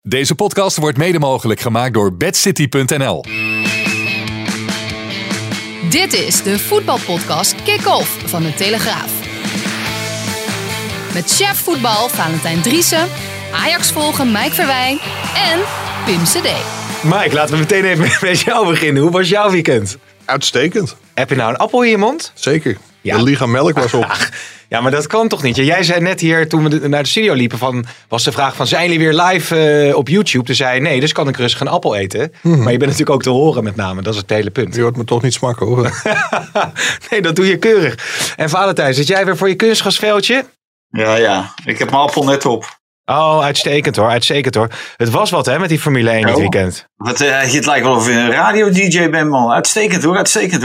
Deze podcast wordt mede mogelijk gemaakt door bedcity.nl. Dit is de voetbalpodcast Kick-Off van de Telegraaf. Met chef voetbal Valentijn Driessen, Ajax volgen Mike Verwij en Pim CD. Mike, laten we meteen even met jou beginnen. Hoe was jouw weekend? Uitstekend. Heb je nou een appel in je mond? Zeker. Ja. De Liga Melk was op. Ja, maar dat kan toch niet? Jij zei net hier, toen we naar de studio liepen, was de vraag van, zijn jullie weer live op YouTube? Toen zei je, nee, dus kan ik rustig een appel eten. Maar je bent natuurlijk ook te horen met name, dat is het hele punt. Je hoort me toch niet smakken, hoor. Nee, dat doe je keurig. En Valentijn, zit jij weer voor je kunstgrasveldje? Ja. Ik heb mijn appel net op. Oh, uitstekend hoor. Het was wat hè, met die Formule 1 dit weekend. Het lijkt wel of je een radio-dj bent, man. Uitstekend hoor.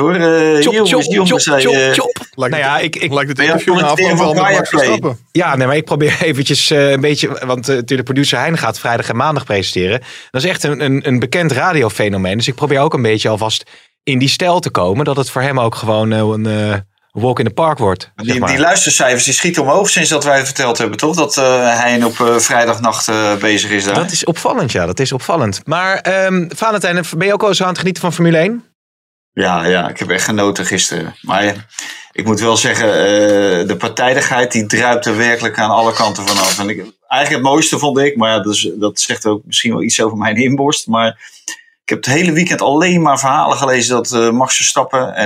Chop. Lijkt Nou ja, het interview na afloop wel met Max Verstappen. Ja, nee, maar ik probeer eventjes een beetje, want natuurlijk producer Hein gaat vrijdag en maandag presenteren. Dat is echt een bekend radiofenomeen. Dus ik probeer ook een beetje alvast in die stijl te komen, dat het voor hem ook gewoon een walk in the park wordt. Zeg maar. Die luistercijfers die schieten omhoog sinds dat wij het verteld hebben, toch? Dat hij op vrijdagnacht bezig is daar. Dat is opvallend, ja. Dat is opvallend. Maar Valentijn, ben je ook al zo aan het genieten van Formule 1? Ja, ik heb echt genoten gisteren. Maar ik moet wel zeggen, de partijdigheid die druipt er werkelijk aan alle kanten vanaf. En eigenlijk het mooiste vond ik, maar dat zegt ook misschien wel iets over mijn inborst. Maar ik heb het hele weekend alleen maar verhalen gelezen dat Max Verstappen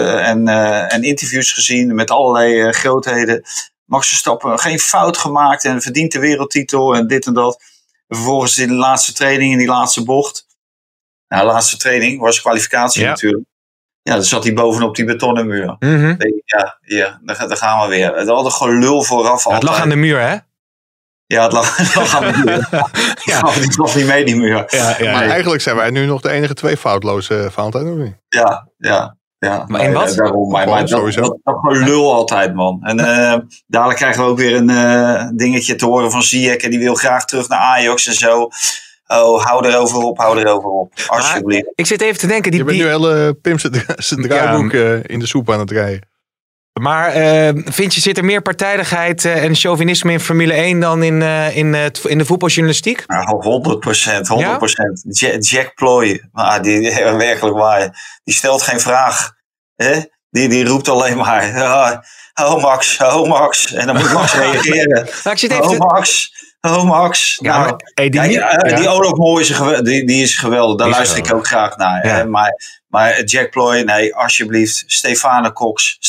en interviews gezien met allerlei grootheden. Max Verstappen geen fout gemaakt en verdient de wereldtitel en dit en dat. En vervolgens in de laatste training, in die laatste bocht. Nou, de laatste training was kwalificatie natuurlijk. Ja, dan zat hij bovenop die betonnen muur. Mm-hmm. Ja, daar gaan we weer. Het had een gelul vooraf. Ja, het lag aan de muur, hè? Ja, het lag aan de muur. Ja. Die lag niet mee, die muur. Ja. Maar eigenlijk zijn wij nu nog de enige twee foutloze Valentijn, of niet? Ja. Maar in wat? Daarom, maar dat gelul altijd, man. En dadelijk krijgen we ook weer een dingetje te horen van Ziyech. En die wil graag terug naar Ajax en zo. Oh, hou erover op. Alsjeblieft. Maar ik zit even te denken. Je bent nu hele Pim zijn draaiboek in de soep aan het rijden. Maar vind je, zit er meer partijdigheid en chauvinisme in Formule 1 dan in de voetbaljournalistiek? Nou, 100%. Ja? Jack Ploy, die werkelijk waar. Die stelt geen vraag. Hè? Die roept alleen maar. Oh Max. En dan moet Max reageren. Nou, ik zit even Max. Ja, nou, die Olaf Mooi die is geweldig. Daar luister ik ook graag naar. Ja. Maar Jack Ploy, nee, alsjeblieft. Stefane Cox.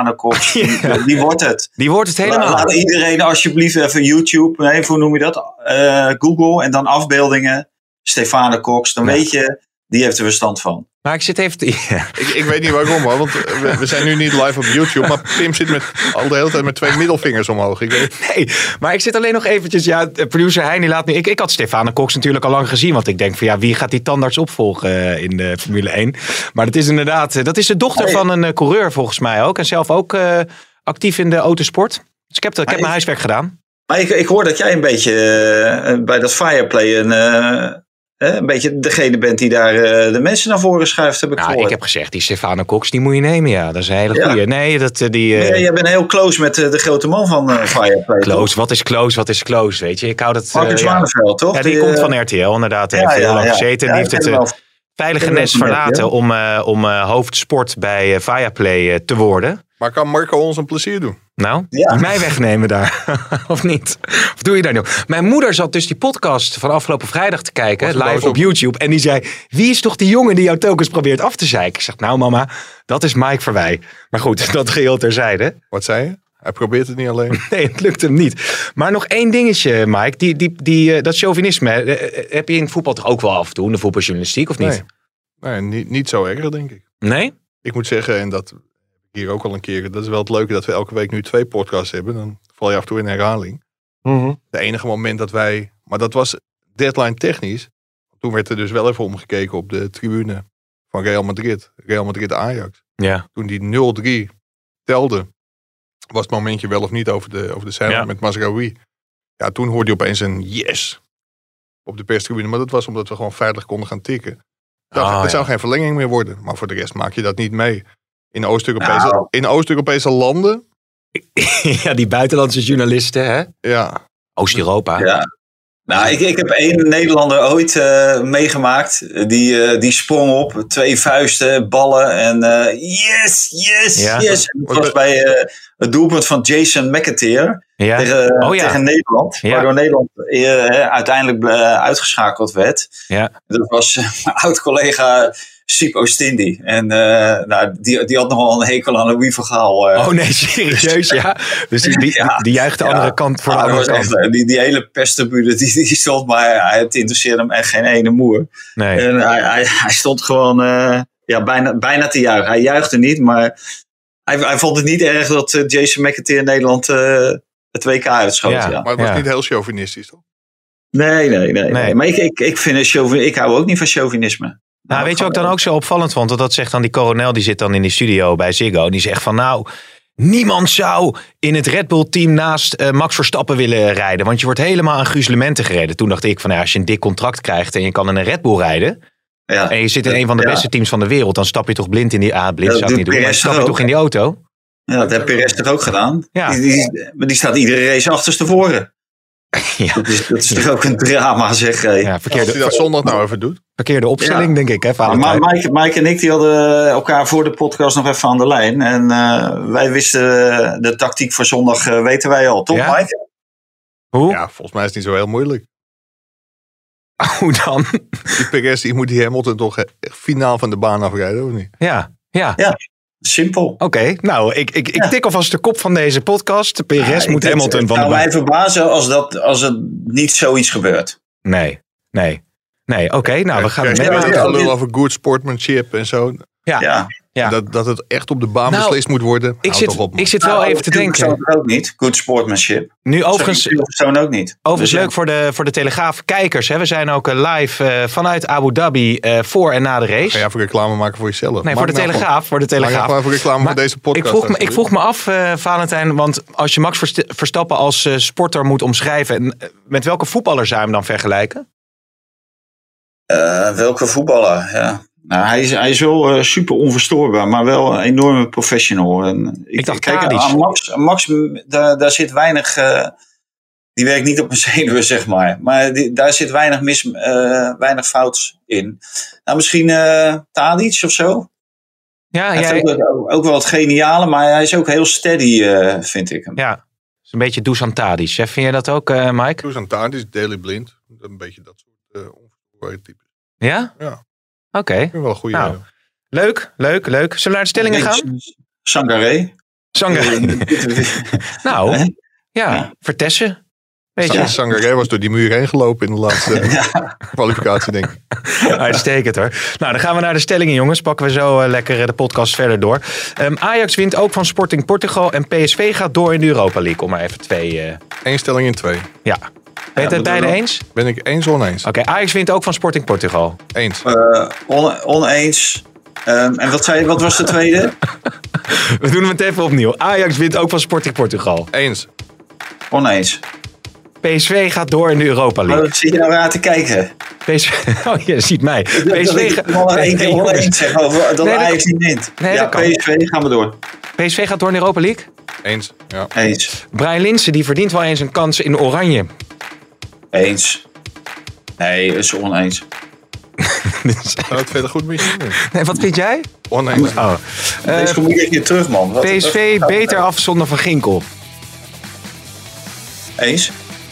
Die wordt het. Die wordt het helemaal. Laat iedereen alsjeblieft even YouTube. Nee, hoe noem je dat? Google en dan afbeeldingen. Stefane Cox. Dan weet je, die heeft er verstand van. Maar ik zit even Ik weet niet waarom, hoor, want we zijn nu niet live op YouTube, maar Pim zit al de hele tijd met 2 middelvingers omhoog. Nee, maar ik zit alleen nog eventjes, producer Hein, die laat nu, ik had Stefane Cox natuurlijk al lang gezien, want ik denk van wie gaat die tandarts opvolgen in de Formule 1? Maar dat is inderdaad, dat is de dochter van een coureur volgens mij ook, en zelf ook actief in de autosport. Dus ik heb mijn huiswerk gedaan. Maar ik hoor dat jij een beetje bij dat Fireplay een beetje degene bent die daar de mensen naar voren schuift, heb ik gehoord. Ik heb gezegd, die Stefano Cox, die moet je nemen, ja. Dat is een hele goeie. Nee, jij bent heel close met de grote man van Fireplay. Close, wat is close, weet je. Ik hou dat... Marcus Zwaneveld, toch? Ja, die komt van RTL, inderdaad. Hij heeft heel lang gezeten. Die heeft het veilige nest verlaten om hoofdsport bij Fireplay te worden. Maar kan Marco ons een plezier doen? Nou, mij wegnemen daar. Of niet? Of doe je daar nog? Mijn moeder zat dus die podcast van afgelopen vrijdag te kijken. Live op YouTube. En die zei, wie is toch die jongen die jou telkens probeert af te zeiken? Ik zeg, nou mama, dat is Mike Verwij. Maar goed, dat geheel terzijde. Wat zei je? Hij probeert het niet alleen. Nee, het lukt hem niet. Maar nog één dingetje, Mike. Dat chauvinisme, heb je in voetbal toch ook wel af en toe, in de voetbaljournalistiek, of niet? Nee, niet zo erg, denk ik. Nee? Ik moet zeggen, en dat hier ook al een keer, dat is wel het leuke dat we elke week nu 2 podcasts hebben. Dan val je af en toe in herhaling. Mm-hmm. De enige moment dat maar dat was deadline technisch. Toen werd er dus wel even omgekeken op de tribune van Real Madrid Ajax. Ja. Toen die 0-3 telde, was het momentje wel of niet over de zijlijn met Mazraoui. Ja, toen hoorde je opeens een yes op de perstribune. Maar dat was omdat we gewoon veilig konden gaan tikken. Het zou geen verlenging meer worden. Maar voor de rest maak je dat niet mee. In Oost-Europese landen. Ja, die buitenlandse journalisten, hè? Ja. Oost-Europa. Ja. Nou, ik heb 1 Nederlander ooit meegemaakt. Die sprong op, 2 vuisten, ballen en yes. Ja. En dat was bij het doelpunt van Jason McAteer tegen Nederland. Ja. Waardoor Nederland uiteindelijk uitgeschakeld werd. Ja. Dat was mijn oud-collega Siep Oostindie. En die had nogal een hekel aan Louis van Gaal. Oh nee, serieus, ja. Dus die juicht de andere kant voor de andere kant. Echt, die hele perstribune die stond, maar het interesseerde hem echt geen ene moer. Nee. En hij stond gewoon bijna te juichen. Hij juichte niet, maar hij vond het niet erg dat Jason McAteer Nederland het WK uitschoot. Ja. Maar het was niet heel chauvinistisch, toch? Nee. Maar ik vind ik hou ook niet van chauvinisme. Nou, weet je wat ik dan ook zo opvallend vond? Dat zegt dan die coronel, die zit dan in die studio bij Ziggo. Die zegt van niemand zou in het Red Bull team naast Max Verstappen willen rijden. Want je wordt helemaal aan gruzelementen gereden. Toen dacht ik van als je een dik contract krijgt en je kan in een Red Bull rijden. Ja. En je zit in een van de beste teams van de wereld. Dan stap je toch blind in die... blind zou ik niet doen. Maar stap je toch in die auto? Ja, dat heeft Perez toch ook gedaan? Ja. Die staat iedere race achterstevoren. Ja. Dat is toch ook een drama, zeg. Ja, Als hij dat zondag nou even doet. Verkeerde opstelling, denk ik. Hè, maar Mike en ik die hadden elkaar voor de podcast nog even aan de lijn. En wij wisten de tactiek voor zondag, weten wij al. Toch, Mike? Hoe? Ja, volgens mij is het niet zo heel moeilijk. Hoe dan? Die Perez die moet die Hamilton toch finaal van de baan afrijden, of niet? Ja. Simpel. Oké, nou, ik tik alvast de kop van deze podcast. Perez moet Hamilton van de baan. Het zou mij verbazen als er niet zoiets gebeurt. Nee. Oké, nou, we gaan het gelul over good sportsmanship en zo. Ja. Dat het echt op de baan beslist moet worden. Ik zit wel even te denken. Dat ook niet. Good sportsmanship. Nu overigens ook niet. Overigens leuk voor de Telegraaf kijkers. Hè. We zijn ook live vanuit Abu Dhabi voor en na de race. Ga je even reclame maken voor jezelf? Nee, voor de Telegraaf. Voor de Telegraaf. Even reclame voor deze podcast. Ik vroeg me af, Valentijn, want als je Max Verstappen als sporter moet omschrijven, met welke voetballer zou je hem dan vergelijken? Welke voetballer? Ja. Nou, hij is wel super onverstoorbaar, maar wel een enorme professional. En ik dacht, kijk, aan Max daar zit weinig... die werkt niet op mijn zenuwen, zeg maar. Maar daar zit weinig fouts in. Nou, misschien Tadic of zo? Ja, hij heeft ook wel het geniale, maar hij is ook heel steady, vind ik hem. Ja, het is een beetje Dusan Tadic. Vind je dat ook, Mike? Dusan Tadic, Daley Blind. Een beetje dat soort onverstoorbaar types. Ja? Ja. Oké. Wel een goede. Nou, leuk. Zullen we naar de stellingen gaan? Sangaré. Nou, ja, Vertessen. Weet je? Sangaré was door die muur heen gelopen in de laatste kwalificatie, denk ik. Uitstekend hoor. Nou, dan gaan we naar de stellingen, jongens. Pakken we zo lekker de podcast verder door. Ajax wint ook van Sporting Portugal en PSV gaat door in de Europa League. Om maar even 2... Eén stelling in 2. Ja. Ben je het beide eens? Ben ik eens oneens. Oké, Ajax wint ook van Sporting Portugal. Eens. Oneens. En wat was de tweede? We doen het even opnieuw. Ajax wint ook van Sporting Portugal. Eens. Oneens. PSV gaat door in de Europa League. Wat zit je nou raar te kijken? Oh, je ziet mij. PSV gaat één keer oneens zeggen over dat Ajax niet wint. PSV gaan we door. PSV gaat door in de Europa League? Eens, ja. Eens. Brian Linssen, die verdient wel eens een kans in Oranje. Eens. Nee, is oneens. Zou het verder goed met je doen? Nee, wat vind jij? Oneens. Deze kom ik een keer terug, man. PSV beter af zonder Van Ginkel. Eens.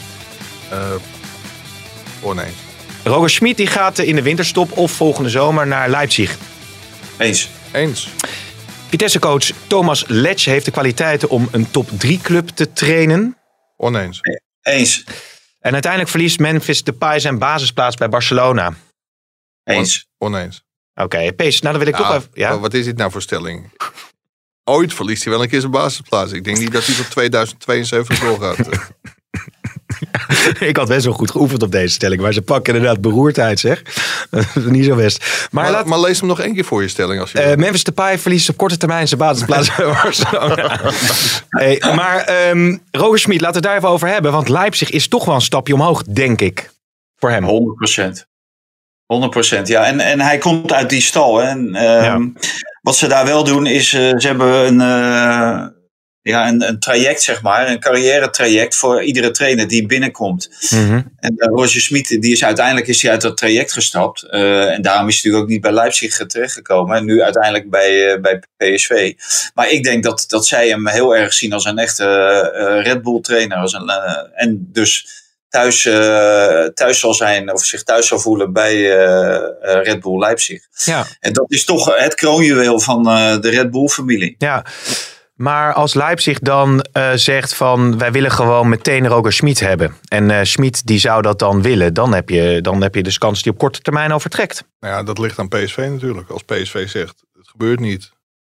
Oneens. Roger Schmid die gaat in de winterstop of volgende zomer naar Leipzig. Eens. Vitesse-coach Thomas Letch heeft de kwaliteiten om een top 3 club te trainen. Oneens. Eens. En uiteindelijk verliest Memphis Depay zijn basisplaats bij Barcelona. Eens. Oneens. Oké, Pees, nou dan wil ik toch even... Ja? Wat is dit nou voor stelling? Ooit verliest hij wel een keer zijn basisplaats. Ik denk niet dat hij tot 2072 doorgaat. Ik had best wel goed geoefend op deze stelling. Maar ze pakken inderdaad beroerdheid, zeg. Dat is niet zo best. Maar lees hem nog één keer voor je stelling. Als je Memphis Depay verliest op korte termijn zijn basisplaats bij Barcelona. Roger Schmid, laten we het daar even over hebben. Want Leipzig is toch wel een stapje omhoog, denk ik. Voor hem. 100%. Ja, en hij komt uit die stal. Hè. En, wat ze daar wel doen is, ze hebben een traject, zeg maar. Een carrière-traject voor iedere trainer die binnenkomt. Mm-hmm. En Roger Schmid, die is uiteindelijk uit dat traject gestapt. En daarom is hij natuurlijk ook niet bij Leipzig terechtgekomen. En nu uiteindelijk bij PSV. Maar ik denk dat zij hem heel erg zien als een echte Red Bull trainer. En dus thuis zal zijn of zich thuis zal voelen bij Red Bull Leipzig. Ja. En dat is toch het kroonjuweel van de Red Bull familie. Ja. Maar als Leipzig dan zegt van wij willen gewoon meteen Roger Schmid hebben. En Schmid die zou dat dan willen. Dan heb je dus kans die op korte termijn overtrekt. Nou ja, dat ligt aan PSV natuurlijk. Als PSV zegt het gebeurt niet.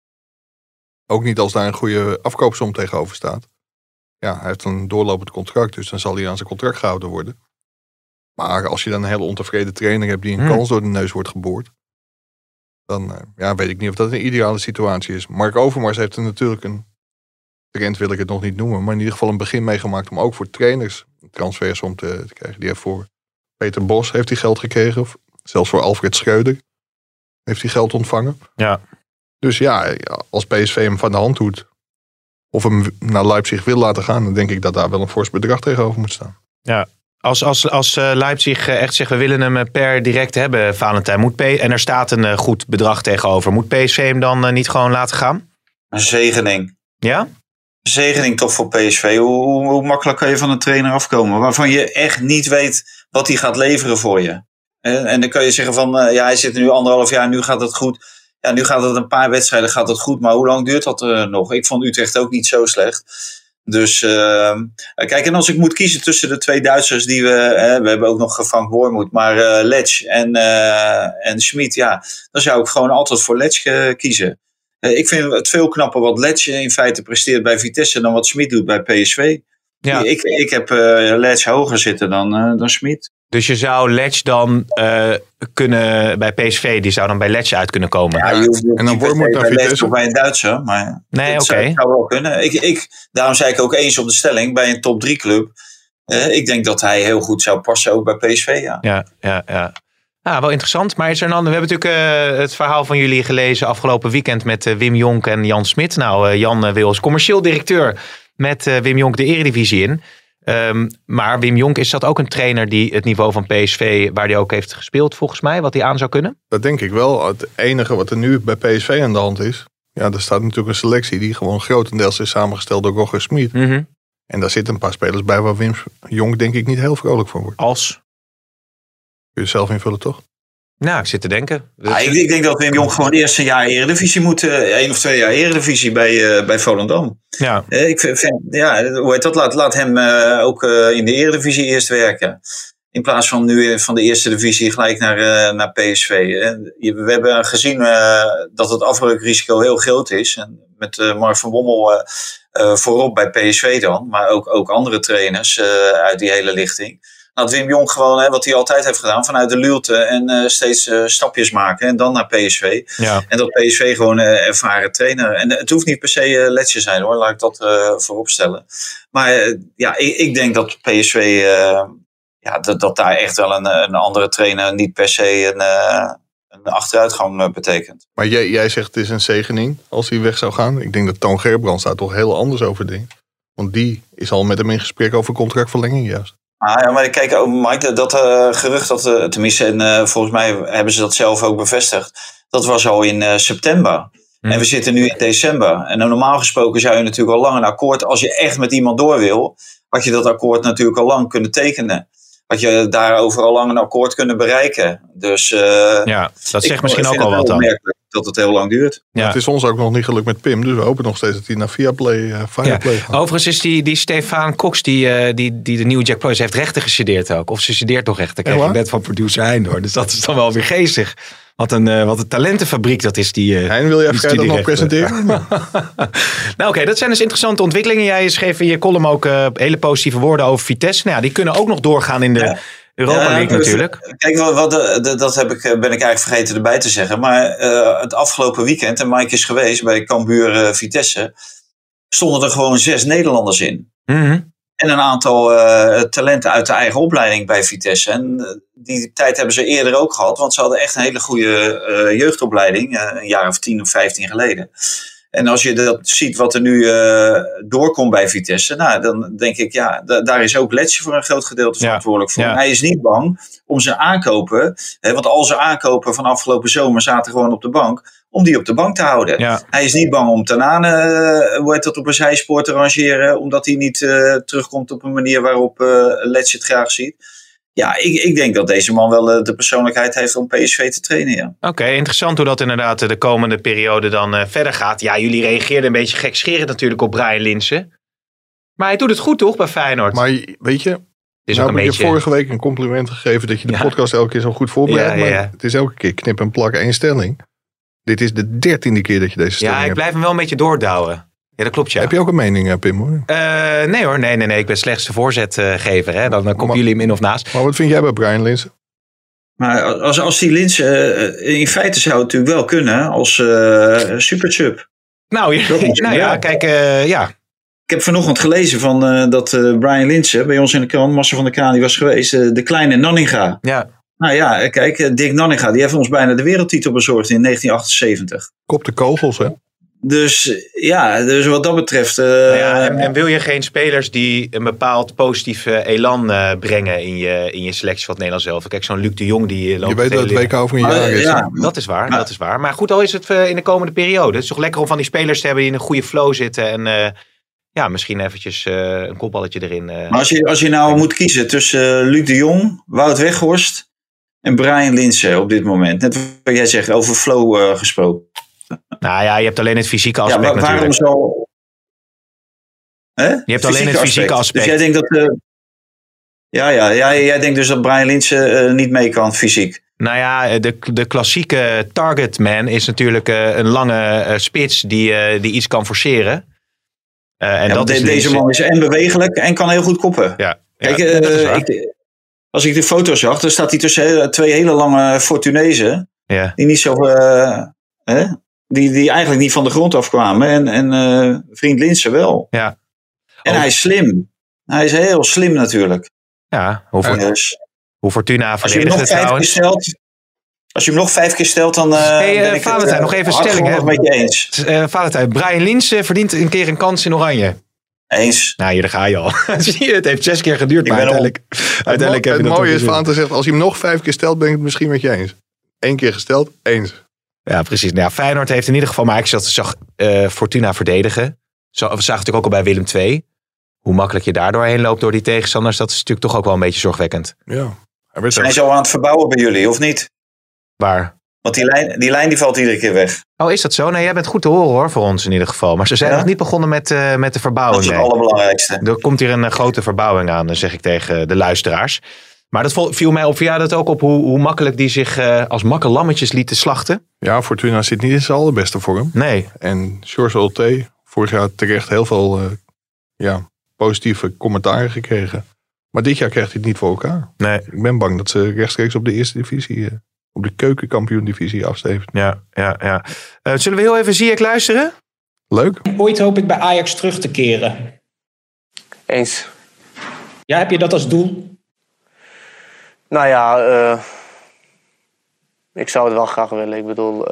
Ook niet als daar een goede afkoopsom tegenover staat. Ja, hij heeft een doorlopend contract. Dus dan zal hij aan zijn contract gehouden worden. Maar als je dan een hele ontevreden trainer hebt die een kans door de neus wordt geboord. Dan weet ik niet of dat een ideale situatie is. Mark Overmars heeft er natuurlijk een trend, wil ik het nog niet noemen. Maar in ieder geval een begin meegemaakt om ook voor trainers een transfersom te krijgen. Die heeft voor Peter Bos heeft hij geld gekregen. Of zelfs voor Alfred Schreuder heeft hij geld ontvangen. Ja. Dus ja, als PSV hem van de hand doet. Of hem naar Leipzig wil laten gaan. Dan denk ik dat daar wel een fors bedrag tegenover moet staan. Ja. Als Leipzig echt zegt we willen hem per direct hebben, Valentijn. En er staat een goed bedrag tegenover. Moet PSV hem dan niet gewoon laten gaan? Een zegening. Ja? Een zegening toch voor PSV. Hoe makkelijk kan je van een trainer afkomen? Waarvan je echt niet weet wat hij gaat leveren voor je. En dan kan je zeggen van hij zit er nu 1,5 jaar, nu gaat het goed. Ja, nu gaat het een paar wedstrijden gaat het goed. Maar hoe lang duurt dat nog? Ik vond Utrecht ook niet zo slecht. Dus kijk, en als ik moet kiezen tussen de 2 Duitsers die we hebben ook nog Frank Wormoed, maar Letch en Schmid, ja, dan zou ik gewoon altijd voor Letch kiezen. Ik vind het veel knapper wat Letch in feite presteert bij Vitesse dan wat Schmid doet bij PSV. Ja. Ik heb Letch hoger zitten dan Schmid. Dus je zou Letch dan kunnen bij PSV, die zou dan bij Letch uit kunnen komen. Ja, en dan Wormoed naar Vitesse of bij een Duitser, maar nee, dat zou wel kunnen. Daarom zei ik ook eens op de stelling bij een top 3 club. Ik denk dat hij heel goed zou passen ook bij PSV. Ja. Ah, wel interessant. Maar is er we hebben natuurlijk het verhaal van jullie gelezen afgelopen weekend met Wim Jonk en Jan Smit. Nou, Jan wil als commercieel directeur met Wim Jonk de Eredivisie in. Maar Wim Jonk, is dat ook een trainer die het niveau van PSV, waar hij ook heeft gespeeld volgens mij, wat hij aan zou kunnen? Dat denk ik wel. Het enige wat er nu bij PSV aan de hand is, ja, er staat natuurlijk een selectie die gewoon grotendeels is samengesteld door Roger Schmid. Mm-hmm. En daar zitten een paar spelers bij waar Wim Jonk denk ik niet heel vrolijk van wordt. Als? Kun je zelf invullen, toch? Nou, ik zit te denken. Ik denk dat Wim Jonk gewoon eerst een jaar Eredivisie moet. 1 of 2 jaar Eredivisie bij Volendam. Ja. Ik vind, hoe heet dat? Laat hem ook in de Eredivisie eerst werken. In plaats van nu van de eerste divisie gelijk naar PSV. We hebben gezien dat het afbreukrisico heel groot is. En met Mark van Bommel voorop bij PSV dan. Maar ook andere trainers uit die hele lichting. Dat Wim Jonk gewoon, wat hij altijd heeft gedaan, vanuit de luwte en steeds stapjes maken en dan naar PSV. Ja. En dat PSV gewoon ervaren trainer. En het hoeft niet per se Letch te zijn hoor, laat ik dat voorop stellen. Maar ik denk dat PSV, dat daar echt wel een andere trainer niet per se een achteruitgang betekent. Maar jij zegt het is een zegening als hij weg zou gaan. Ik denk dat Toon Gerbrands daar toch heel anders over denkt. Want die is al met hem in gesprek over contractverlenging juist. Ja, maar kijk, Mike, dat gerucht, tenminste, en volgens mij hebben ze dat zelf ook bevestigd. Dat was al in september. En we zitten nu in december. En normaal gesproken zou je natuurlijk al lang een akkoord, als je echt met iemand door wil, had je dat akkoord natuurlijk al lang kunnen tekenen. Had je daarover al lang een akkoord kunnen bereiken. Dus dat zegt misschien ook al wat dan. Dat het heel lang duurt. Ja. Het is ons ook nog niet gelukt met Pim. Dus we hopen nog steeds dat hij naar Viaplay gaat. Overigens is die Stefan Cox die de nieuwe Jack Proyce heeft rechten gestudeerd ook. Of ze studeert toch rechten. Krijg je net van producer Hein door. Dus dat is dan wel weer geestig. Wat een talentenfabriek dat is die. Hein, wil jij vrijdag nog presenteren? Nou oké, dat zijn dus interessante ontwikkelingen. Jij schreef in je column ook hele positieve woorden over Vitesse. Nou ja, die kunnen ook nog doorgaan in de Europa League natuurlijk. Kijk, dat ben ik eigenlijk vergeten erbij te zeggen. Maar het afgelopen weekend, en Mike is geweest bij Cambuur Vitesse, stonden er gewoon 6 Nederlanders in. Mm-hmm. En een aantal talenten uit de eigen opleiding bij Vitesse. En die tijd hebben ze eerder ook gehad. Want ze hadden echt een hele goede jeugdopleiding. Een jaar of 10 of 15 geleden. En als je dat ziet wat er nu doorkomt bij Vitesse, nou, dan denk ik, daar is ook Letje voor een groot gedeelte verantwoordelijk voor. Ja. Hij is niet bang om zijn aankopen, want al zijn aankopen van afgelopen zomer zaten gewoon op de bank, om die op de bank te houden. Ja. Hij is niet bang om Tanane, op een zijspoor te rangeren, omdat hij niet terugkomt op een manier waarop Letje het graag ziet. Ja, ik denk dat deze man wel de persoonlijkheid heeft om PSV te trainen, ja. Oké, interessant hoe dat inderdaad de komende periode dan verder gaat. Ja, jullie reageerden een beetje gekscherend natuurlijk op Brian Linssen. Maar hij doet het goed toch bij Feyenoord? Maar weet je, heb je vorige week een compliment gegeven dat je de podcast elke keer zo goed voorbereidt. Maar het is elke keer knip en plak 1 stelling. Dit is de 13e keer dat je deze stelling hebt. Ja, ik blijf hem wel een beetje doordouwen. Ja, dat klopt, ja. Heb je ook een mening, Pim? Hoor? Nee hoor, nee. Ik ben slechts de voorzetgever. Hè. Dan komen jullie hem in of naast. Maar wat vind jij bij Brian Linssen? Maar als die Linssen, in feite zou het natuurlijk wel kunnen als supersub. Kijk, Ik heb vanochtend gelezen van dat Brian Linssen bij ons in de krant, Marcel van der Kraan, die was geweest, de kleine Nanninga. Ja. Nou ja, kijk, Dick Nanninga, die heeft ons bijna de wereldtitel bezorgd in 1978. Kop de kogels, hè? Dus wat dat betreft... en wil je geen spelers die een bepaald positief elan brengen in je selectie van het Nederlands zelf? Kijk, zo'n Luc de Jong die loopt... Je weet dat het WK over een jaar is. Ja, dat is waar. Maar goed, al is het in de komende periode. Het is toch lekker om van die spelers te hebben die in een goede flow zitten. En misschien eventjes een kopballetje erin. Maar als je nou moet kiezen tussen Luc de Jong, Wout Weghorst en Brian Linssen op dit moment. Net wat jij zegt, over flow gesproken. Nou ja, je hebt alleen het fysieke aspect natuurlijk. Waarom zo... Je hebt alleen het fysieke aspect. Dus jij denkt dat... jij denkt dus dat Brian Linssen niet mee kan fysiek. Nou ja, de klassieke targetman is natuurlijk een lange spits die iets kan forceren. Deze man is en bewegelijk en kan heel goed koppen. Ja, kijk, als ik de foto zag, dan staat hij tussen 2 hele lange Fortunezen. Ja. Die niet zo... Die eigenlijk niet van de grond afkwamen. En vriend Linssen wel. Ja. En hij is slim. Hij is heel slim natuurlijk. Ja, hoe Fortuna verdedigt het trouwens. Als je hem nog 5 keer stelt, dan ben ik Valentijn, nog even een stelling. Met je eens. Valentijn, Brian Linssen verdient een keer een kans in Oranje. Eens. Nou, hier ga je al. Zie je, het heeft 6 keer geduurd. Maar uiteindelijk heb je het mooie is, Valentijn zegt, als je hem nog 5 keer stelt, ben ik het misschien met je eens. 1 keer gesteld, eens. Ja, precies. Nou, Feyenoord heeft in ieder geval, maar ik zag Fortuna verdedigen. We zagen natuurlijk ook al bij Willem II. Hoe makkelijk je daar doorheen loopt door die tegenstanders, dat is natuurlijk toch ook wel een beetje zorgwekkend. Ja. Zijn ze al aan het verbouwen bij jullie, of niet? Waar? Want die lijn die valt iedere keer weg. Oh, is dat zo? Nee, jij bent goed te horen hoor, voor ons in ieder geval. Maar ze zijn nog niet begonnen met de verbouwing. Dat is het allerbelangrijkste. Er komt hier een grote verbouwing aan, zeg ik tegen de luisteraars. Maar dat viel mij op. Ja, dat ook op hoe makkelijk die zich als makkelammetjes lieten slachten. Ja, Fortuna zit niet in zijn allerbeste vorm. Nee. En George Ulte, vorig jaar terecht heel veel positieve commentaren gekregen. Maar dit jaar krijgt hij het niet voor elkaar. Nee. Ik ben bang dat ze rechtstreeks op de eerste divisie, op de keukenkampioen-divisie afsteven. Ja. Zullen we heel even Ziyech luisteren? Leuk. Ooit hoop ik bij Ajax terug te keren. Eens. Ja, heb je dat als doel? Nou ja, ik zou het wel graag willen. Ik bedoel,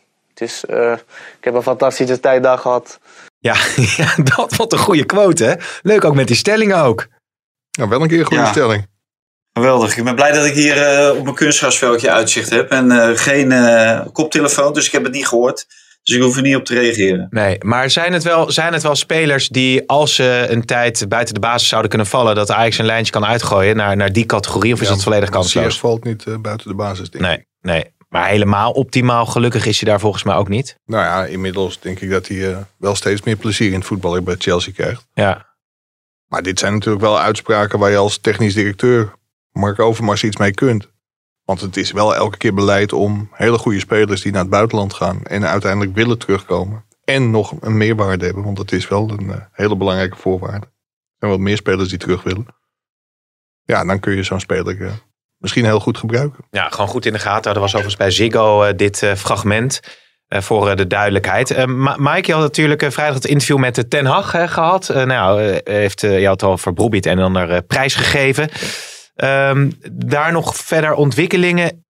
ik heb een fantastische tijd daar gehad. Ja, dat wat een goede quote, hè? Leuk ook met die stellingen ook. Nou, wel een keer een goede stelling. Geweldig. Ik ben blij dat ik hier op mijn kunstgrasveldje uitzicht heb. En geen koptelefoon, dus ik heb het niet gehoord. Dus ik hoef er niet op te reageren. Nee, maar zijn het wel spelers die, als ze een tijd buiten de basis zouden kunnen vallen, dat Ajax een lijntje kan uitgooien naar die categorie? Of is dat volledig kansloos? Ziyech valt niet buiten de basis, denk ik. Nee. Maar helemaal optimaal gelukkig is hij daar volgens mij ook niet. Nou ja, inmiddels denk ik dat hij wel steeds meer plezier in het voetballen bij Chelsea krijgt. Ja. Maar dit zijn natuurlijk wel uitspraken waar je als technisch directeur Mark Overmars iets mee kunt. Want het is wel elke keer beleid om hele goede spelers die naar het buitenland gaan en uiteindelijk willen terugkomen. En nog een meerwaarde hebben, want dat is wel een hele belangrijke voorwaarde. Er zijn wel meer spelers die terug willen. Ja, dan kun je zo'n speler misschien heel goed gebruiken. Ja, gewoon goed in de gaten. Er was overigens bij Ziggo dit fragment voor de duidelijkheid. Mike, je had natuurlijk vrijdag het interview met Ten Hag gehad. Je had al voor Brobbey het en dan prijs gegeven. Daar nog verder ontwikkelingen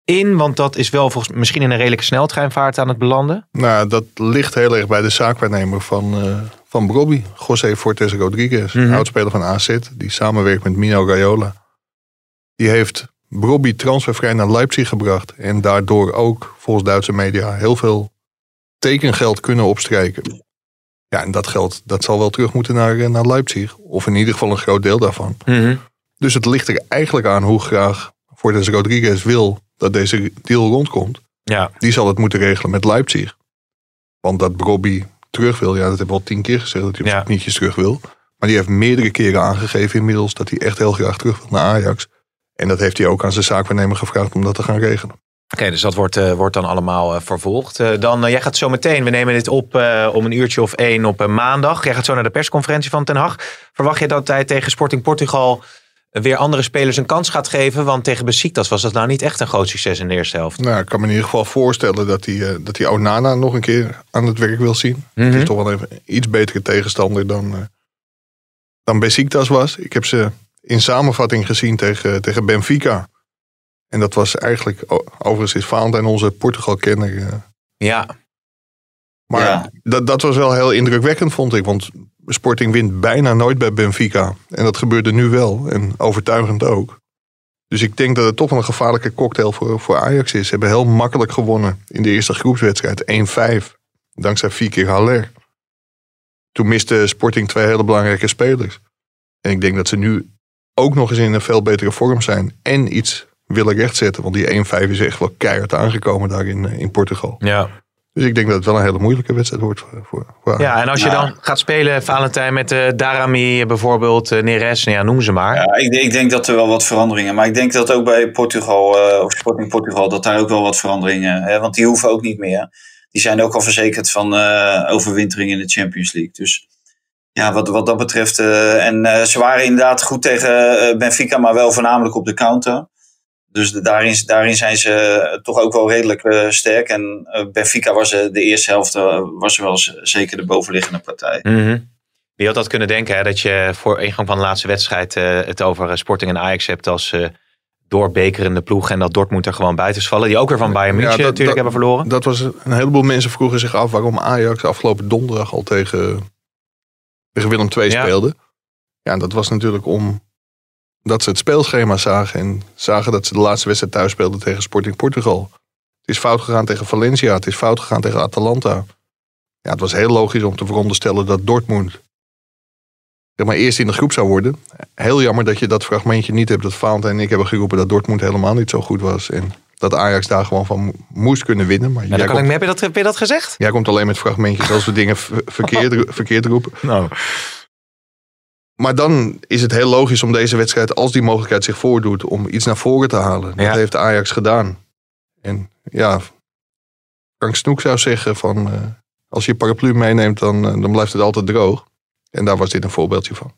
in? Want dat is wel misschien in een redelijke sneltreinvaart aan het belanden. Nou, dat ligt heel erg bij de zaakwaarnemer van Brobby. José Fortes Rodriguez, oudspeler van AZ. Die samenwerkt met Mino Raiola. Die heeft Brobby transfervrij naar Leipzig gebracht. En daardoor ook, volgens Duitse media, heel veel tekengeld kunnen opstrijken. Ja, en dat geld dat zal wel terug moeten naar Leipzig. Of in ieder geval een groot deel daarvan. Dus het ligt er eigenlijk aan hoe graag Fortes Rodriguez wil dat deze deal rondkomt. Ja. Die zal het moeten regelen met Leipzig. Want dat Brobby terug wil, ja, dat hebben we al 10 keer gezegd dat hij op zijn knietjes terug wil. Maar die heeft meerdere keren aangegeven inmiddels dat hij echt heel graag terug wil naar Ajax. En dat heeft hij ook aan zijn zaakwaarnemer gevraagd om dat te gaan regelen. Oké, dus dat wordt dan allemaal vervolgd. Jij gaat zo meteen, we nemen dit op om 1:00 op maandag. Jij gaat zo naar de persconferentie van Ten Hag. Verwacht je dat hij tegen Sporting Portugal weer andere spelers een kans gaat geven? Want tegen Besiktas was dat nou niet echt een groot succes in de eerste helft. Nou, ik kan me in ieder geval voorstellen dat hij Onana nog een keer aan het werk wil zien. Het is toch wel even een iets betere tegenstander dan Besiktas was. Ik heb ze in samenvatting gezien tegen Benfica. En dat was eigenlijk, overigens is Valentijn onze Portugal-kenner. Ja. Maar dat was wel heel indrukwekkend, vond ik. Want Sporting wint bijna nooit bij Benfica. En dat gebeurde nu wel. En overtuigend ook. Dus ik denk dat het toch wel een gevaarlijke cocktail voor Ajax is. Ze hebben heel makkelijk gewonnen in de eerste groepswedstrijd. 1-5. Dankzij 4 keer Haller. Toen miste Sporting 2 hele belangrijke spelers. En ik denk dat ze nu ook nog eens in een veel betere vorm zijn. En iets willen rechtzetten. Want die 1-5 is echt wel keihard aangekomen daar in Portugal. Ja. Dus ik denk dat het wel een hele moeilijke wedstrijd wordt voor Ja, en als je dan gaat spelen, Valentijn, met Darami bijvoorbeeld, Neres, noem ze maar. Ja, ik denk dat er wel wat veranderingen. Maar ik denk dat ook bij Portugal, of Sporting Portugal, dat daar ook wel wat veranderingen. Want die hoeven ook niet meer. Die zijn ook al verzekerd van overwintering in de Champions League. Dus ja, wat dat betreft. En ze waren inderdaad goed tegen Benfica, maar wel voornamelijk op de counter. Dus daarin zijn ze toch ook wel redelijk sterk. En Benfica was de eerste helft was wel zeker de bovenliggende partij. Wie had dat kunnen denken, hè, dat je voor ingang van de laatste wedstrijd het over Sporting en Ajax hebt als doorbekerende ploeg. En dat Dortmund er gewoon buiten is vallen. Die ook weer van Bayern München natuurlijk hebben verloren. Dat was een heleboel mensen vroegen zich af waarom Ajax afgelopen donderdag al tegen Willem II speelde. Ja, en dat was natuurlijk dat ze het speelschema zagen. En zagen dat ze de laatste wedstrijd thuis speelden tegen Sporting Portugal. Het is fout gegaan tegen Valencia. Het is fout gegaan tegen Atalanta. Ja, het was heel logisch om te veronderstellen dat Dortmund eerst in de groep zou worden. Heel jammer dat je dat fragmentje niet hebt. Dat Valentijn en ik hebben geroepen dat Dortmund helemaal niet zo goed was. En dat Ajax daar gewoon van moest kunnen winnen. Maar heb je dat gezegd? Jij komt alleen met fragmentjes als we dingen verkeerd roepen. Nou. Maar dan is het heel logisch om deze wedstrijd, als die mogelijkheid zich voordoet, om iets naar voren te halen. Dat heeft Ajax gedaan. En ja, Frank Snoek zou zeggen van, als je paraplu meeneemt, dan blijft het altijd droog. En daar was dit een voorbeeldje van.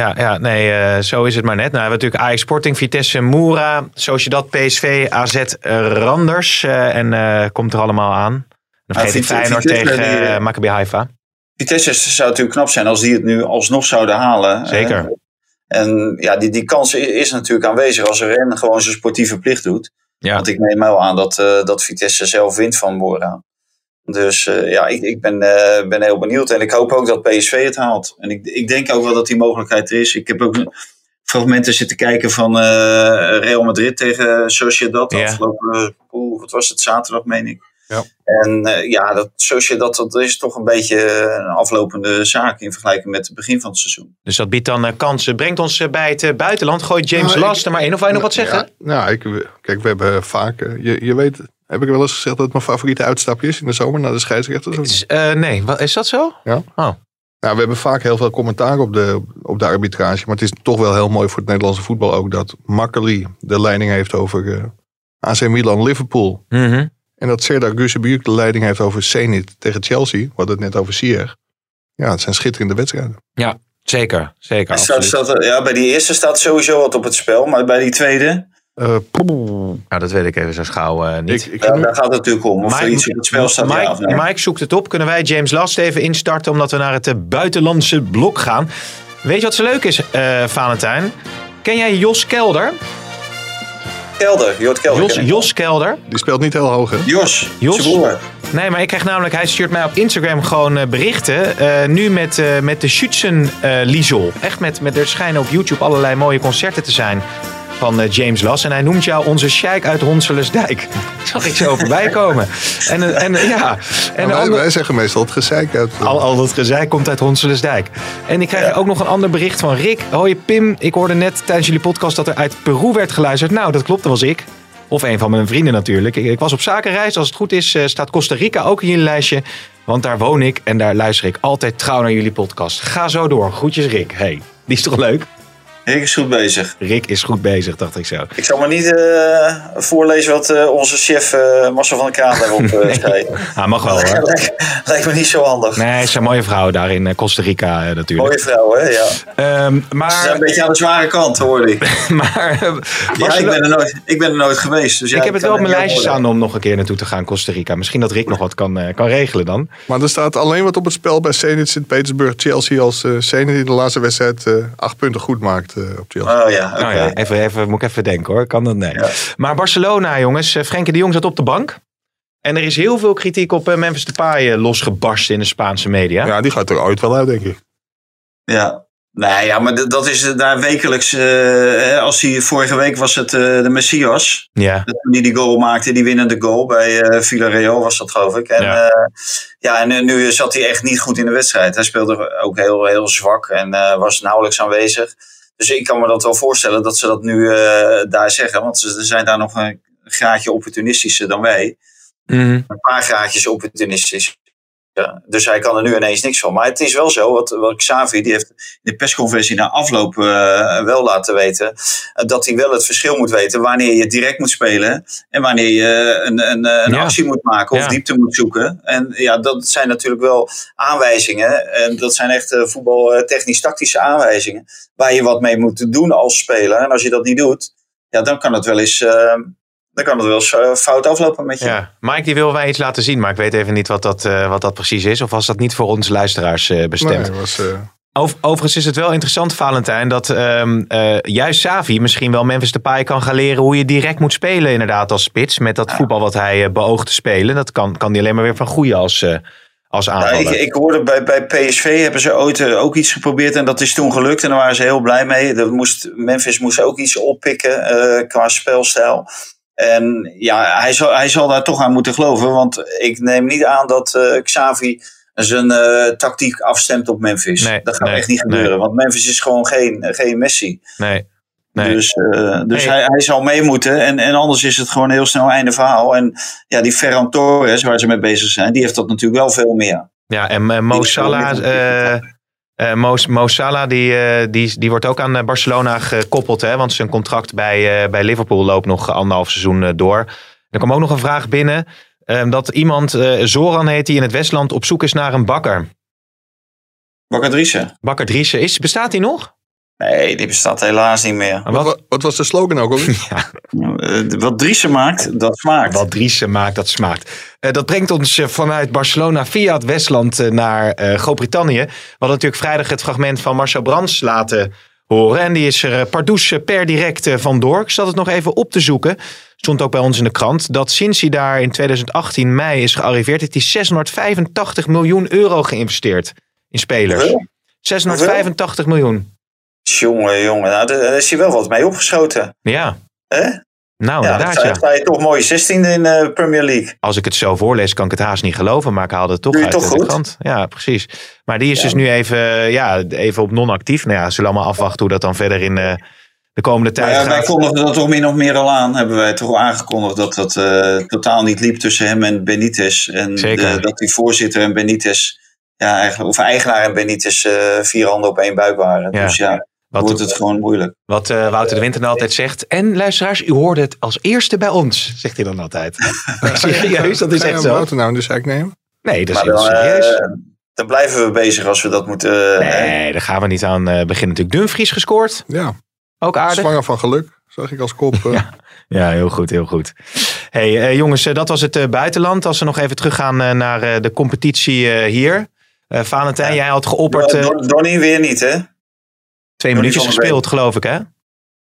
Zo is het maar net. Nou, we hebben natuurlijk Ajax Sporting, Vitesse, Moura, Sociedad, PSV, AZ, Randers. Komt er allemaal aan. Dan vergeet ik Feyenoord tegen Maccabi Haifa. Vitesse zou natuurlijk knap zijn als die het nu alsnog zouden halen. Zeker. En ja, die kans is natuurlijk aanwezig als Rennes gewoon zijn sportieve plicht doet. Ja. Want ik neem wel aan dat Vitesse zelf wint van Moura. Dus ik ben heel benieuwd. En ik hoop ook dat PSV het haalt. En ik denk ook wel dat die mogelijkheid er is. Ik heb ook fragmenten zitten kijken van Real Madrid tegen Sociedad. Ja. Afgelopen, wat was het, zaterdag meen ik. Ja. En dat Sociedad, dat is toch een beetje een aflopende zaak in vergelijking met het begin van het seizoen. Dus dat biedt dan kansen. Brengt ons bij het buitenland. Gooit James Last er maar in. Of wij nog wat zeggen? Kijk, we hebben vaak, je weet, heb ik wel eens gezegd dat het mijn favoriete uitstapje is in de zomer naar de scheidsrechters? Nee, is dat zo? Ja. Oh. Nou, we hebben vaak heel veel commentaar op de arbitrage. Maar het is toch wel heel mooi voor het Nederlandse voetbal ook dat Makkeli de leiding heeft over AC Milan, Liverpool. Mm-hmm. En dat Serdar Gusebuyuk de leiding heeft over Zenit tegen Chelsea. We hadden het net over Ziyech. Ja, het zijn schitterende wedstrijden. Ja, zeker. Bij die eerste staat sowieso wat op het spel. Maar bij die tweede... dat weet ik even zo gauw niet. Daar gaat het natuurlijk om. Of er iets op het spel staat. Mike zoekt het op. Kunnen wij James Last even instarten omdat we naar het buitenlandse blok gaan. Weet je wat zo leuk is, Valentijn? Ken jij Jos Kelder? Kelder, Jort Kelder. Jos Kelder. Die speelt niet heel hoog, hè? Jos. Nee, maar ik krijg namelijk, hij stuurt mij op Instagram gewoon berichten. Nu met de Schützen-Liesel. Echt er schijnen op YouTube allerlei mooie concerten te zijn van James Las. En hij noemt jou onze sheik uit Honselesdijk. Zag ik zo voorbij komen. Wij zeggen meestal het gezeik uit. Al dat gezeik komt uit Honselesdijk. En ik krijg ook nog een ander bericht van Rick. Hoi Pim, ik hoorde net tijdens jullie podcast dat er uit Peru werd geluisterd. Nou, dat klopt, dat was ik. Of een van mijn vrienden natuurlijk. Ik was op zakenreis. Als het goed is, staat Costa Rica ook in jullie lijstje. Want daar woon ik en daar luister ik altijd trouw naar jullie podcast. Ga zo door. Groetjes Rick. Hey, die is toch leuk? Rick is goed bezig. Rick is goed bezig, dacht ik zo. Ik zal maar niet voorlezen wat onze chef Marcel van der Kraan daarop schreef. Mag wel hoor. Lijkt me niet zo handig. Nee, ze zijn mooie vrouwen daar in Costa Rica natuurlijk. Mooie vrouwen, hè? Ja. Maar... Ze zijn een beetje aan de zware kant, hoor ik. Ik ben er nooit geweest. Dus ik heb het wel op mijn lijstje staan om nog een keer naartoe te gaan, Costa Rica. Misschien dat Rick nog wat kan regelen dan. Maar er staat alleen wat op het spel bij Zenit Sint-Petersburg. Chelsea als Zenit die de laatste wedstrijd 8 punten goed maakt op Chelsea. Oh ja, okay. Nou ja, even, moet ik even denken hoor. Kan dat? Nee. Ja. Maar Barcelona, jongens. Frenkie de Jong zat op de bank. En er is heel veel kritiek op Memphis Depay losgebarsten in de Spaanse media. Ja, die gaat er ooit wel uit, denk ik. Ja. Nee, ja, maar dat is daar wekelijks. Als hij vorige week was het de Messias. Ja. Die goal maakte, die winnende goal bij Villarreal was dat, geloof ik. En, en nu zat hij echt niet goed in de wedstrijd. Hij speelde ook heel, heel zwak en was nauwelijks aanwezig. Dus ik kan me dat wel voorstellen dat ze dat nu daar zeggen. Want ze zijn daar nog een graadje opportunistischer dan wij. Mm. Een paar graadjes opportunistisch. Ja, dus hij kan er nu ineens niks van. Maar het is wel zo, wat Xavi, die heeft in de persconferentie na afloop wel laten weten, dat hij wel het verschil moet weten wanneer je direct moet spelen en wanneer je een actie moet maken of diepte moet zoeken. En ja, dat zijn natuurlijk wel aanwijzingen. En dat zijn echt voetbaltechnisch-tactische aanwijzingen waar je wat mee moet doen als speler. En als je dat niet doet, ja, dan kan het wel eens... Dan kan het wel eens fout aflopen met je. Ja, Mike die wil wij iets laten zien, maar ik weet even niet wat dat precies is. Of was dat niet voor onze luisteraars bestemd? Nee, Overigens is het wel interessant, Valentijn, dat juist Xavi misschien wel Memphis Depay kan gaan leren hoe je direct moet spelen inderdaad als spits. Met dat voetbal wat hij beoogt te spelen. Dat kan hij alleen maar weer van groeien als aanvaller. Ja, ik hoorde bij PSV hebben ze ooit ook iets geprobeerd en dat is toen gelukt. En daar waren ze heel blij mee. Memphis moest ook iets oppikken qua spelstijl. En ja, hij zal daar toch aan moeten geloven. Want ik neem niet aan dat Xavi zijn tactiek afstemt op Memphis. Nee, dat gaat echt niet gebeuren. Nee. Want Memphis is gewoon geen Messi. Nee. Dus hij zal mee moeten. En anders is het gewoon heel snel einde verhaal. En ja, die Ferran Torres, waar ze mee bezig zijn, die heeft dat natuurlijk wel veel meer. Ja, en Mo Salah... Mo Salah die wordt ook aan Barcelona gekoppeld. Hè, want zijn contract bij Liverpool loopt nog 1,5 seizoen door. Er kwam ook nog een vraag binnen. Dat iemand, Zoran heet, die in het Westland op zoek is naar een bakker. Bakker Driessen. Bestaat die nog? Nee, die bestaat helaas niet meer. Wat was de slogan ook alweer? Wat Driessen maakt, dat smaakt. Wat Driessen maakt, dat smaakt. Dat brengt ons vanuit Barcelona via het Westland naar Groot-Brittannië. We hadden natuurlijk vrijdag het fragment van Marcel Brands laten horen. En die is er pardoes per direct vandoor. Ik zat het nog even op te zoeken. Stond ook bij ons in de krant. Dat sinds hij daar in 2018 mei is gearriveerd, heeft hij 685 miljoen euro geïnvesteerd in spelers. 685 miljoen. Jongen, nou, daar is hij wel wat mee opgeschoten. Ja. Nou, ja, inderdaad, dan sta je toch mooi 16e in de Premier League. Als ik het zo voorlees, kan ik het haast niet geloven. Maar ik haalde het toch uit de krant. Ja, precies. Maar die is dus nu even op non-actief. Nou ja, zullen allemaal afwachten hoe dat dan verder in de komende tijd gaat. Wij kondigden dat toch min of meer al aan. Hebben wij toch al aangekondigd dat dat totaal niet liep tussen hem en Benitez. En dat die voorzitter en Benitez, ja, eigenlijk, of eigenaar en Benitez 4 handen op 1 buik waren. Ja. Dus ja, wordt het gewoon moeilijk. Wat Wouter de Winter altijd zegt. En luisteraars, u hoorde het als eerste bij ons, zegt hij dan altijd. Serieus, dat is echt zo. Wouter nou in de zaak nemen? Nee, dat is heel serieus. Dan blijven we bezig als we dat moeten... nee, daar gaan we niet aan beginnen natuurlijk. Dumfries gescoord. Ja. Ook aardig. Zwanger van geluk, zag ik als kop. Ja, heel goed, heel goed. Hey, jongens, dat was het buitenland. Als we nog even teruggaan naar de competitie hier. Valentijn, jij had geopperd... Donnie weer niet, hè? 2 minuutjes gespeeld, geloof ik, hè?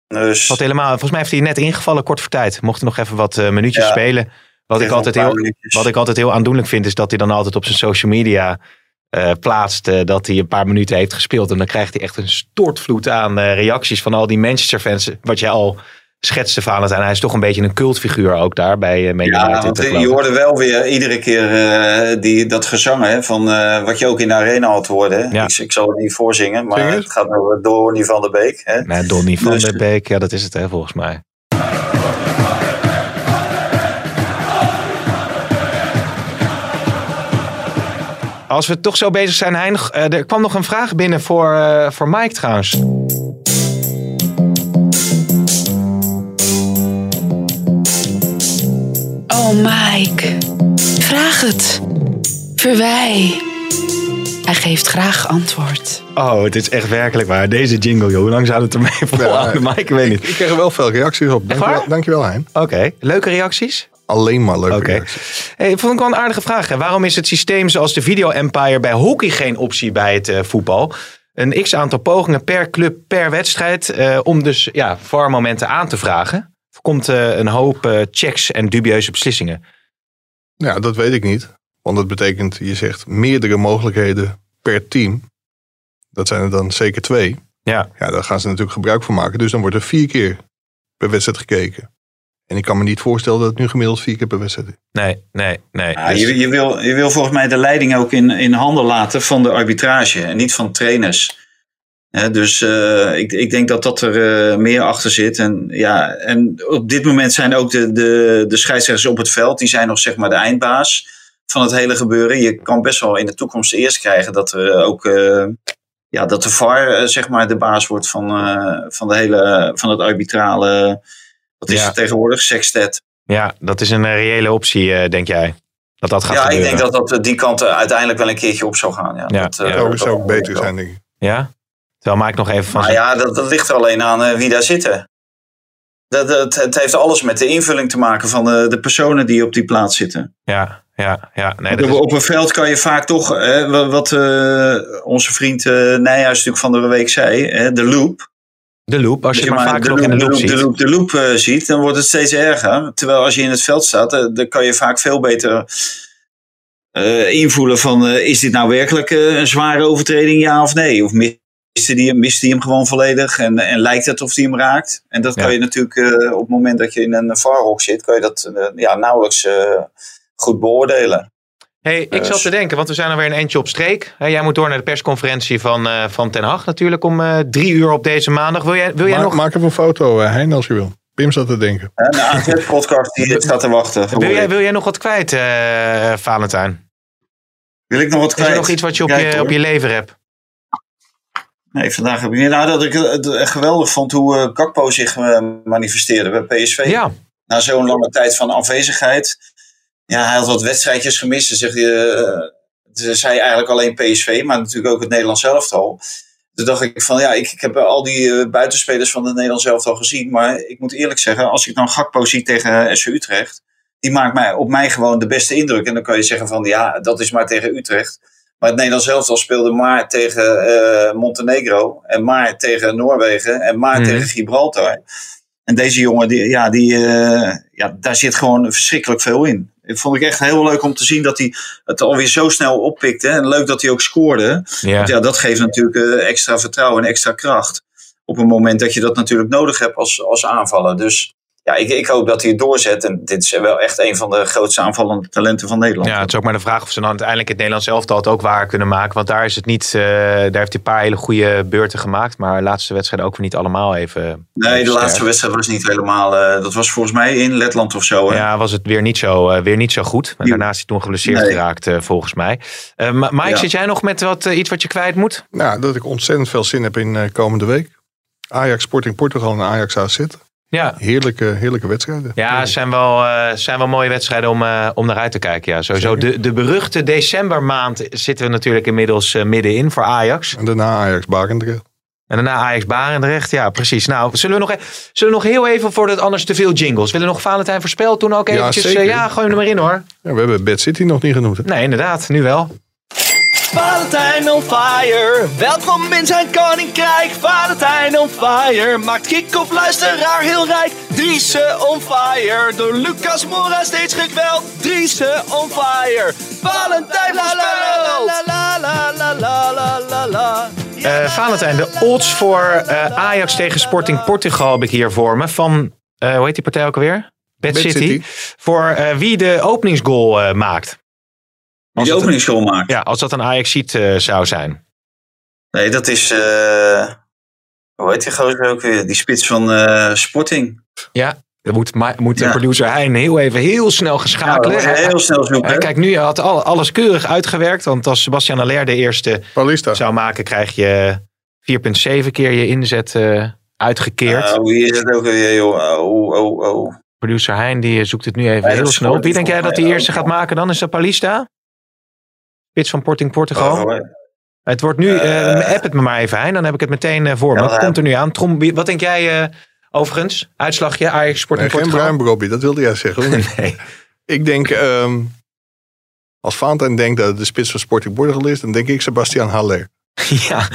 Dus, Volgens mij heeft hij net ingevallen kort voor tijd. Mocht er nog even wat minuutjes spelen. Wat ik altijd heel aandoenlijk vind, is dat hij dan altijd op zijn social media plaatst dat hij een paar minuten heeft gespeeld. En dan krijgt hij echt een stortvloed aan reacties van al die Manchester fans. Wat jij al schetste, Valentijn. Hij is toch een beetje een cultfiguur ook daar bij Man United. Ja, want je hoorde wel weer iedere keer dat gezang, hè, van wat je ook in de arena had hoorde. Hè. Ja. Ik zal het niet voorzingen, maar het gaat over Donny van der Beek. Hè. Nee, Donny van der Beek, ja, dat is het hè, volgens mij. Als we toch zo bezig zijn, Hein, er kwam nog een vraag binnen voor Mike trouwens. Oh Mike, vraag het. Verwij. Hij geeft graag antwoord. Oh, het is echt werkelijk waar. Deze jingle, joh. Hoe lang zou het ermee volhouden, Mike? Ik weet niet. Ik kreeg er wel veel reacties op. Dankjewel, Hein. Oké, leuke reacties? Alleen maar leuke reacties. Hey, vond ik wel een aardige vraag. Hè? Waarom is het systeem zoals de Video Empire bij hockey geen optie bij het voetbal? Een x-aantal pogingen per club per wedstrijd om dus VAR-momenten aan te vragen. Komt een hoop checks en dubieuze beslissingen. Ja, dat weet ik niet. Want dat betekent, je zegt meerdere mogelijkheden per team. Dat zijn er dan zeker 2. Ja, daar gaan ze natuurlijk gebruik van maken. Dus dan wordt er 4 keer per wedstrijd gekeken. En ik kan me niet voorstellen dat het nu gemiddeld 4 keer per wedstrijd is. Nee. Ja, je wil volgens mij de leiding ook in handen laten van de arbitrage. En niet van trainers. Dus ik denk dat er meer achter zit. En op dit moment zijn ook de scheidsrechters op het veld. Die zijn nog zeg maar de eindbaas van het hele gebeuren. Je kan best wel in de toekomst eerst krijgen dat er ook dat de VAR zeg maar de baas wordt van het arbitrale. Wat is het tegenwoordig? Sextet. Ja, dat is een reële optie, denk jij? Dat gaat gebeuren. Ja, ik denk dat die kant uiteindelijk wel een keertje op zou gaan. Dat zou ook beter zijn, denk ik. Ja? Terwijl maak ik nog even van... dat ligt er alleen aan wie daar zitten. Het heeft alles met de invulling te maken van de personen die op die plaats zitten. Ja. Nee, op een veld kan je vaak toch, wat onze vriend Nijhuis natuurlijk van de week zei, de loop. De loop, als je maar vaak nog in de loop ziet. De loop ziet, dan wordt het steeds erger. Terwijl als je in het veld staat, dan kan je vaak veel beter invoelen van, is dit nou werkelijk een zware overtreding, ja of nee? Of mist hij hem gewoon volledig en lijkt het of hij hem raakt? En dat kan je natuurlijk op het moment dat je in een VAR-hok zit, kan je dat nauwelijks goed beoordelen. Hey, ik zat te denken, want we zijn alweer een eindje op streek. Jij moet door naar de persconferentie van Ten Hag natuurlijk om 3 uur op deze maandag. Wil jij nog... Maak even een foto, Hein, als je wil. Pim zat te denken. De AZ-podcast die staat te wachten. Wil jij nog wat kwijt, Valentijn? Wil ik nog wat kwijt? Is er nog iets wat je op je lever hebt? Nee, vandaag heb ik niet. Dat ik het geweldig vond hoe Gakpo zich manifesteerde bij PSV. Ja. Na zo'n lange tijd van afwezigheid. Ja, hij had wat wedstrijdjes gemist. Ze zei eigenlijk alleen PSV, maar natuurlijk ook het Nederlands elftal. Toen dacht ik van ik heb al die buitenspelers van het Nederlands elftal gezien. Maar ik moet eerlijk zeggen, als ik dan Gakpo zie tegen SC Utrecht. Die maakt op mij gewoon de beste indruk. En dan kan je zeggen van dat is maar tegen Utrecht. Maar het Nederlands elftal speelde maar tegen Montenegro. En maar tegen Noorwegen. En maar tegen Gibraltar. En deze jongen, daar zit gewoon verschrikkelijk veel in. Dat vond ik echt heel leuk om te zien dat hij het alweer zo snel oppikte. En leuk dat hij ook scoorde. Ja. Want dat geeft natuurlijk extra vertrouwen en extra kracht. Op een moment dat je dat natuurlijk nodig hebt als aanvaller. Dus ik hoop dat hij het doorzet. En dit is wel echt een van de grootste aanvallende talenten van Nederland. Ja, het is ook maar de vraag of ze dan uiteindelijk het Nederlands elftal het ook waar kunnen maken. Want daar is het niet. Daar heeft hij een paar hele goede beurten gemaakt. Maar de laatste wedstrijd ook weer niet allemaal even. Nee, de laatste wedstrijd was niet helemaal. Dat was volgens mij in Letland of zo. Hè? Ja, was het weer niet zo goed. En daarna is hij toen geblesseerd geraakt, volgens mij. Mike, zit jij nog met iets wat je kwijt moet? Nou, dat ik ontzettend veel zin heb in komende week. Ajax Sporting Portugal en Ajax AZ. Ja. Heerlijke wedstrijden. Ja, zijn wel mooie wedstrijden om naar uit te kijken. Ja, sowieso. De beruchte decembermaand zitten we natuurlijk inmiddels middenin voor Ajax. En daarna Ajax-Barendrecht. Ja, precies. Nou, zullen we nog heel even, voordat anders te veel jingles. Willen we nog Valentijn voorspel toen ook eventjes? Zeker. Gooi hem er maar in hoor. Ja, we hebben Bad City nog niet genoemd. Hè? Nee, inderdaad. Nu wel. Valentijn on fire, welkom in zijn koninkrijk. Valentijn on fire, maakt kick-off luisteraar heel rijk. Driese on fire, door Lucas Moura steeds gekweld. Driese on fire, Valentijn Valentijn, de odds voor Ajax tegen Sporting Portugal heb ik hier voor me. Van, hoe heet die partij ook alweer? Bad City. Voor wie de openingsgoal maakt. Wie de openingsgoal maakt? Ja, als dat een Ajaxiet zou zijn. Nee, dat is... hoe heet die gozer ook weer? Die spits van Sporting. Ja, dan moet de producer Hein heel snel gaan schakelen. Ja, heel snel zoeken. Kijk, nu had alles keurig uitgewerkt. Want als Sebastian Haller de eerste zou maken, krijg je 4,7 keer je inzet uitgekeerd. Wie is het ook weer, joh? Producer Hein die zoekt het nu even heel snel op. Wie denk jij dat de eerste gaat maken dan? Is dat Paulista? Spits van Sporting Portugal. Het wordt nu, app het me maar even Hein, dan heb ik het meteen voor me. Het komt er nu aan. Wat denk jij overigens? Uitslagje Ajax Sporting Portugal? Geen Brian Brobby, dat wilde jij zeggen. Nee. Ik denk, als Valentijn denkt dat het de spits van Sporting Portugal is, dan denk ik Sebastian Haller. Ja,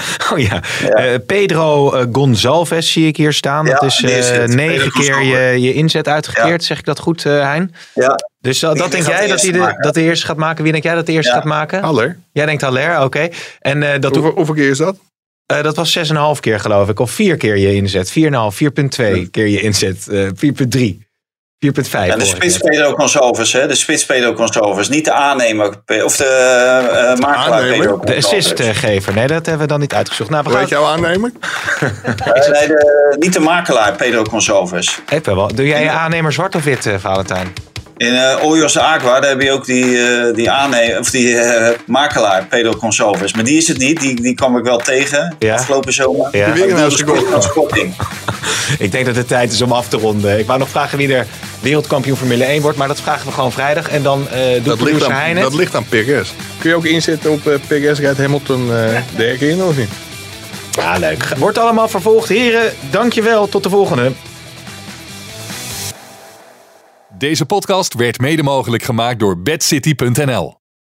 Pedro Gonçalves zie ik hier staan. Dat is 9 keer je inzet uitgekeerd. Ja. Zeg ik dat goed, Hein? Ja. Dus dat denk jij dat de eerste gaat maken? Wie denk jij dat de eerste gaat maken? Haller. Jij denkt Haller, oké. En hoeveel keer is dat? Dat was 6,5 keer geloof ik. Of 4 keer je inzet. 4,5, 4,2 keer je inzet. 4,3. 4,5. En de spits Pedro Gonçalves, hè? De spits Pedro Gonçalves. Niet de aannemer of de makelaar Pedro Gonçalves. De assistgever. Nee, dat hebben we dan niet uitgezocht. Nou, Weet jouw aannemer? Niet de makelaar Pedro Gonçalves. Even wel. Doe jij je aannemer zwart of wit, Valentijn? In Oyos Aqua, daar heb je ook die aannemer, of die makelaar Pedro Gonçalves. Maar die is het niet. Die kwam ik wel tegen afgelopen zomer. Ja. Die weer Ik denk dat het tijd is om af te ronden. Ik wou nog vragen wie er wereldkampioen Formule 1 wordt. Maar dat vragen we gewoon vrijdag. En dan doet producer Hein het. Dat ligt aan Perez. Kun je ook inzetten op Perez rijdt Hamilton de hekken in of niet? Ja, leuk. Wordt allemaal vervolgd. Heren, dankjewel. Tot de volgende. Deze podcast werd mede mogelijk gemaakt door BadCity.nl.